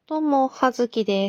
どうも、はずきです。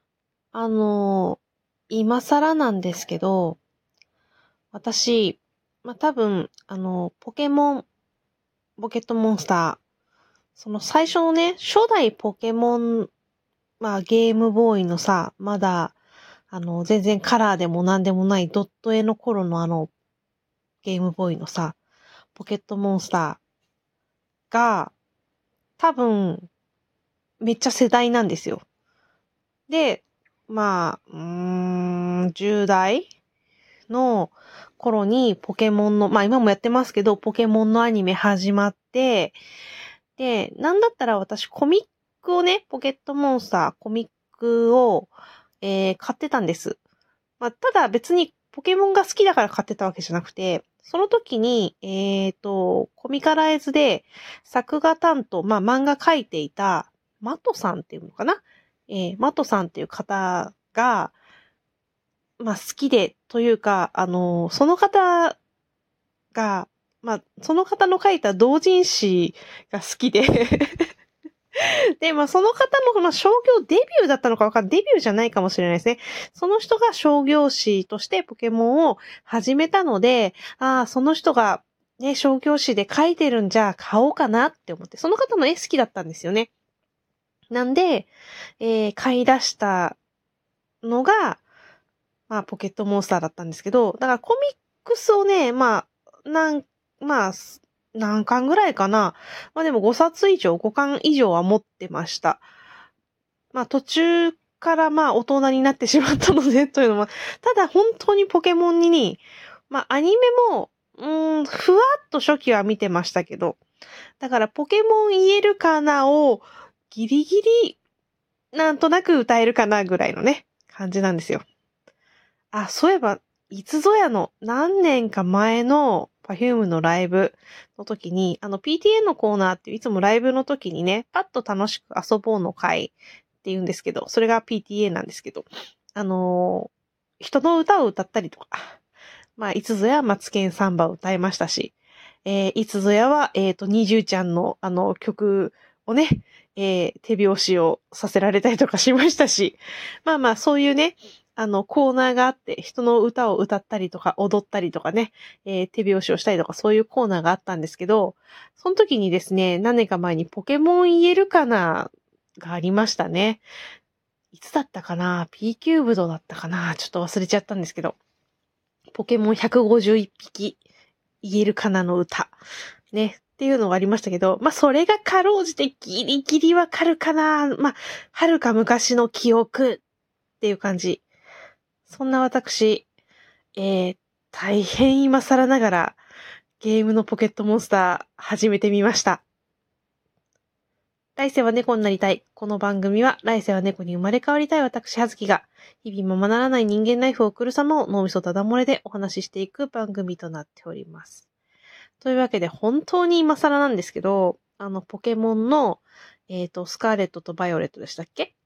今更なんですけど、私、多分、ポケモン、ポケットモンスター、その最初のね、初代ポケモン、ゲームボーイのさ、まだ、全然カラーでもなんでもないドット絵の頃のゲームボーイのさ、ポケットモンスターが、多分、めっちゃ世代なんですよ。で、10代の頃にポケモンの、今もやってますけど、ポケモンのアニメ始まって、で、なんだったら私コミックをね、ポケットモンスターコミックを、買ってたんです。ただ別にポケモンが好きだから買ってたわけじゃなくて、その時に、コミカライズで作画担当、漫画描いていたマトさんっていうのかな、マトさんっていう方が、好きで、というか、その方が、その方の書いた同人誌が好きでで、その方の、商業デビューだったのかデビューじゃないかもしれないですね。その人が商業誌としてポケモンを始めたので、その人が、ね、商業誌で書いてるんじゃ買おうかなって思って、その方の絵好きだったんですよね。なんで、買い出したのが、ポケットモンスターだったんですけど、だからコミックスをね、何巻ぐらいかな。でも5冊以上、5巻以上は持ってました。途中から大人になってしまったので、というのは、ただ本当にポケモンに、アニメも、ふわっと初期は見てましたけど、だからポケモン言えるかなを、ギリギリ、なんとなく歌えるかなぐらいのね、感じなんですよ。そういえば、いつぞやの何年か前の Perfume のライブの時に、PTA のコーナーっていういつもライブの時にね、パッと楽しく遊ぼうの会って言うんですけど、それが PTA なんですけど、人の歌を歌ったりとか、いつぞやマツケンサンバを歌いましたし、いつぞやは、にじゅうちゃんの曲をね、手拍子をさせられたりとかしましたし、そういうね、コーナーがあって、人の歌を歌ったりとか、踊ったりとかね、手拍子をしたりとか、そういうコーナーがあったんですけど、その時にですね、何年か前にポケモン言えるかながありましたね。いつだったかな ?P キューブドだったかな、ちょっと忘れちゃったんですけど、ポケモン151匹言えるかなの歌。ね。っていうのがありましたけど、それがかろうじてギリギリわかるかな。はるか昔の記憶っていう感じ。そんな私、大変今更ながらゲームのポケットモンスター始めてみました。来世は猫になりたい。この番組は来世は猫に生まれ変わりたい私はずきが日々ままならない人間ライフを送る様を脳みそただ漏れでお話ししていく番組となっております。というわけで本当に今更なんですけど、ポケモンの、スカーレットとバイオレットでしたっけ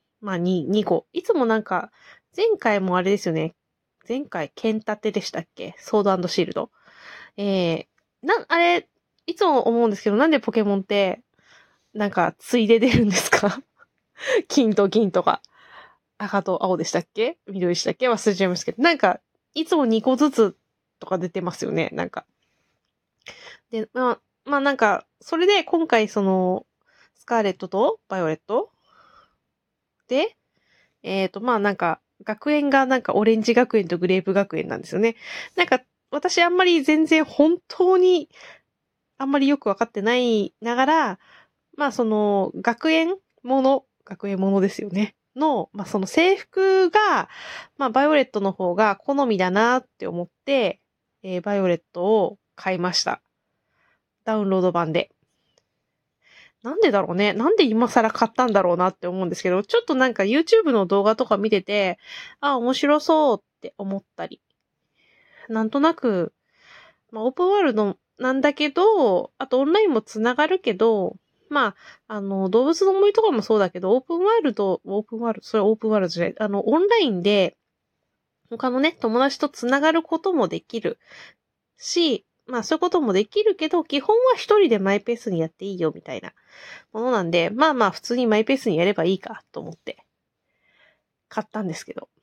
2個。いつも前回もあれですよね。前回、ケンタテでしたっけソード&シールド。あれ、いつも思うんですけど、なんでポケモンって、ついで出るんですか金と銀とか。赤と青でしたっけ緑でしたっけ忘れちゃいますけど。いつも2個ずつとか出てますよね。で、それで今回スカーレットとバイオレットで、学園がオレンジ学園とグレープ学園なんですよね。私あんまり全然本当にあんまりよくわかってないながら、学園ものですよね。その制服が、バイオレットの方が好みだなって思って、バイオレットを買いました。ダウンロード版で。なんでだろうね。なんで今更買ったんだろうなって思うんですけど、ちょっとYouTube の動画とか見てて、面白そうって思ったり。なんとなく、オープンワールドなんだけど、あとオンラインもつながるけど、動物の森とかもそうだけど、オープンワールドじゃない、オンラインで、他のね、友達とつながることもできるし、 まあそういうこともできるけど、基本は一人でマイペースにやっていいよみたいなものなんで、まあまあ普通にマイペースにやればいいかと思って買ったんですけど。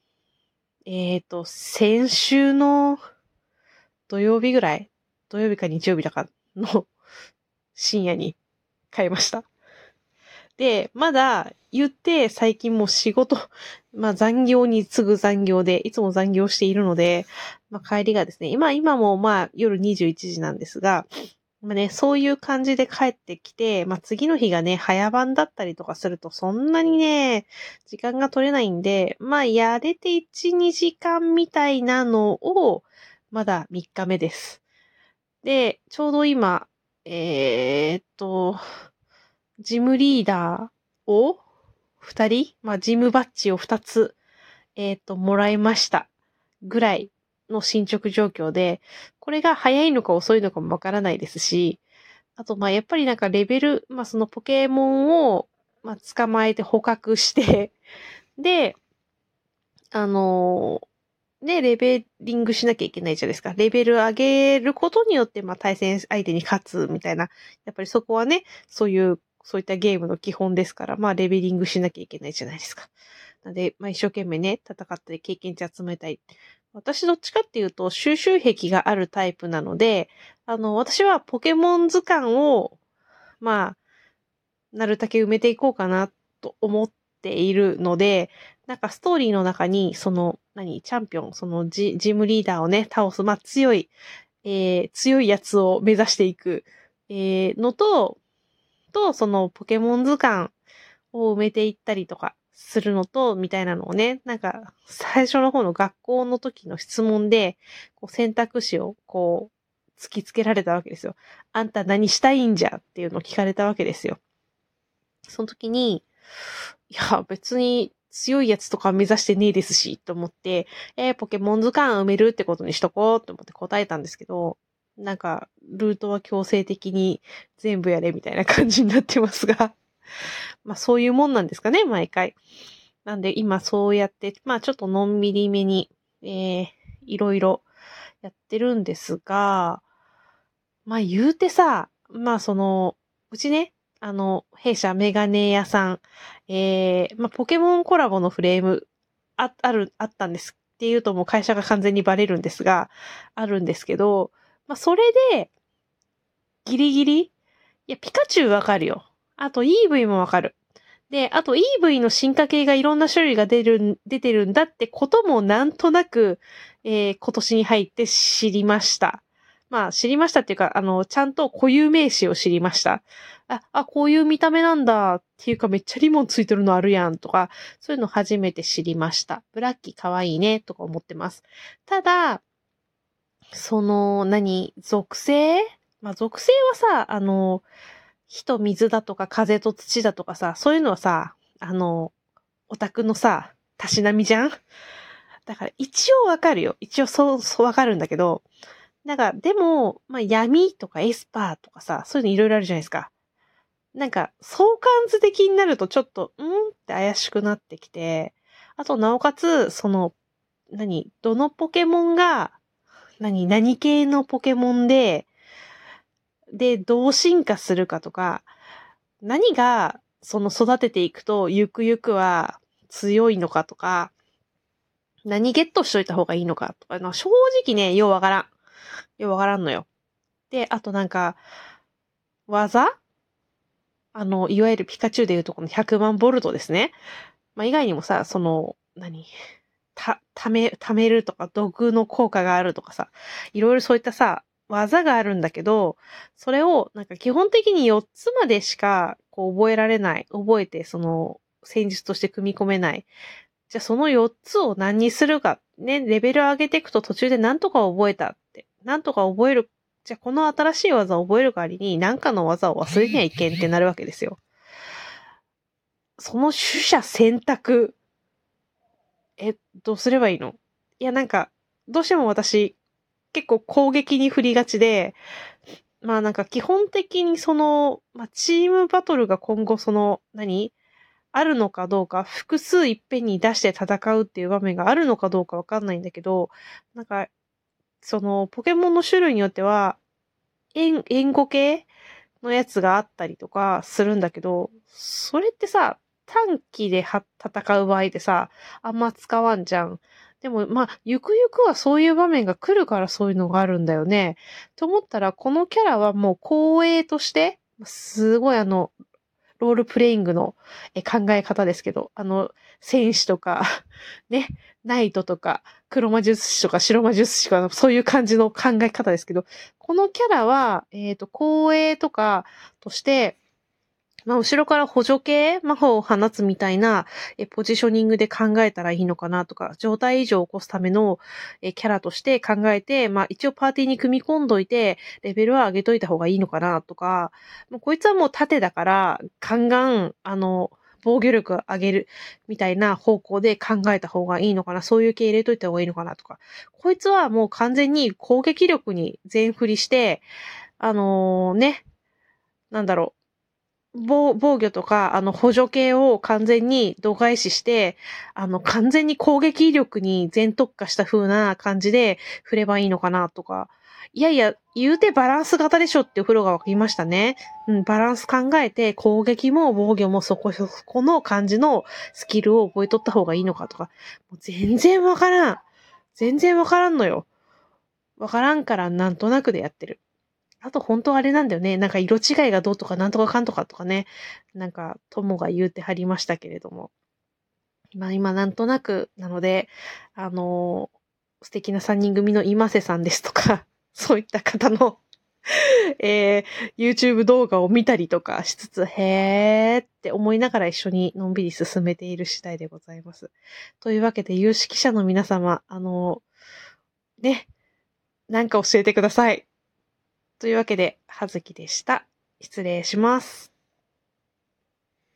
先週の土曜日か日曜日だかの深夜に買いました。で、まだ言って最近もう仕事、まあ残業に次ぐ残業で、いつも残業しているので、まあ帰りがですね、今もまあ夜21時なんですが、まあね、そういう感じで帰ってきて、まあ次の日がね、早番だったりとかするとそんなにね、時間が取れないんで、まあやれて1、2時間みたいなのを、まだ3日目です。で、ちょうど今、ジムリーダーを2人、まあ、ジムバッジを2つ、もらいましたぐらいの進捗状況で、これが早いのか遅いのかもわからないですし、あと、まあ、やっぱりなんかレベル、まあ、そのポケモンを、まあ、捕まえて捕獲して、で、レベリングしなきゃいけないじゃないですか。レベル上げることによって、まあ、対戦相手に勝つみたいな。やっぱりそこはね、そういったゲームの基本ですから、まあ、レベリングしなきゃいけないじゃないですか。なんで、まあ、一生懸命ね、戦ったり経験値集めたい。私どっちかっていうと、収集癖があるタイプなので、私はポケモン図鑑を、まあ、なるだけ埋めていこうかなと思っているので、なんかストーリーの中に、チャンピオン、ジムリーダーをね、倒す、まあ強いやつを目指していく、のと、そのポケモン図鑑を埋めていったりとかするのと、みたいなのをね、なんか、最初の方の学校の時の質問で、こう選択肢をこう、突きつけられたわけですよ。あんた何したいんじゃっていうのを聞かれたわけですよ。その時に、いや、別に強いやつとか目指してねえですし、と思って、ポケモン図鑑埋めるってことにしとこうと思って答えたんですけど、なんか、ルートは強制的に全部やれみたいな感じになってますが、まあそういうもんなんですかね、毎回。なんで今そうやって、まあちょっとのんびりめに、いろいろやってるんですが、まあ言うてさ、まあうちね、弊社メガネ屋さん、まあポケモンコラボのフレーム、あったんですっていうともう会社が完全にバレるんですが、あるんですけど、まあそれで、ギリギリいや、ピカチュウわかるよ。あと EV もわかる。で、あと EV の進化系がいろんな種類が出てるんだってこともなんとなく、今年に入って知りました。まあ知りましたっていうか、ちゃんと固有名詞を知りました。こういう見た目なんだっていうかめっちゃリボンついてるのあるやんとか、そういうの初めて知りました。ブラッキーかわいいねとか思ってます。ただ、属性まあ属性はさ、火と水だとか風と土だとかさ、そういうのはさ、オタクのさ、たしなみじゃんだから一応わかるよ。一応そうわかるんだけど、なんか、でも、まあ、闇とかエスパーとかさ、そういうのいろいろあるじゃないですか。なんか、相関図的になるとちょっと、って怪しくなってきて、あと、なおかつ、どのポケモンが、何系のポケモンで、どう進化するかとか、何が、育てていくと、ゆくゆくは強いのかとか、何ゲットしといた方がいいのかとか、正直ね、ようわからんのよ。で、あとなんか、技いわゆるピカチュウでいうとこの100万ボルトですね。まあ、以外にもさ、貯めるとか、毒の効果があるとかさ、いろいろそういったさ、技があるんだけど、それを、なんか基本的に4つまでしか、こう覚えられない。覚えて、戦術として組み込めない。じゃあその4つを何にするか。ね、レベル上げていくと途中で何とか覚えたって。何とか覚える。じゃあこの新しい技を覚える代わりに何かの技を忘れにはいけんってなるわけですよ。その取捨選択。どうすればいいの？いやなんか、どうしても私、結構攻撃に振りがちで、まあなんか基本的にチームバトルが今後あるのかどうか、複数いっぺんに出して戦うっていう場面があるのかどうかわかんないんだけど、なんか、ポケモンの種類によっては、 援護系のやつがあったりとかするんだけど、それってさ、短期で戦う場合ってさ、あんま使わんじゃん。でも、まあ、ゆくゆくはそういう場面が来るからそういうのがあるんだよね。と思ったら、このキャラはもう光栄として、すごいロールプレイングの考え方ですけど、戦士とか、ね、ナイトとか、黒魔術師とか白魔術師とか、そういう感じの考え方ですけど、このキャラは、光栄とかとして、まあ、後ろから補助系魔法を放つみたいなポジショニングで考えたらいいのかなとか、状態異常を起こすためのキャラとして考えて、まあ一応パーティーに組み込んどいて、レベルは上げといた方がいいのかなとか、もうこいつはもう盾だから、ガンガン、防御力上げるみたいな方向で考えた方がいいのかな、そういう系入れといた方がいいのかなとか、こいつはもう完全に攻撃力に全振りして、ね、なんだろう、防御とか、補助系を完全に度外視して、完全に攻撃力に全特化した風な感じで振ればいいのかなとか。いやいや、言うてバランス型でしょってお風呂が分かりましたね。うん、バランス考えて攻撃も防御もそこの感じのスキルを覚えとった方がいいのかとか。もう全然わからん。全然わからんのよ。わからんからなんとなくでやってる。あと本当あれなんだよね。なんか色違いがどうとかなんとかかんとかとかね。なんか友が言うてはりましたけれども。まあ今なんとなくなので、素敵な3人組の今瀬さんですとか、そういった方のYouTube 動画を見たりとかしつつ、へーって思いながら一緒にのんびり進めている次第でございます。というわけで有識者の皆様、ね、なんか教えてください。というわけで、はずきでした。失礼します。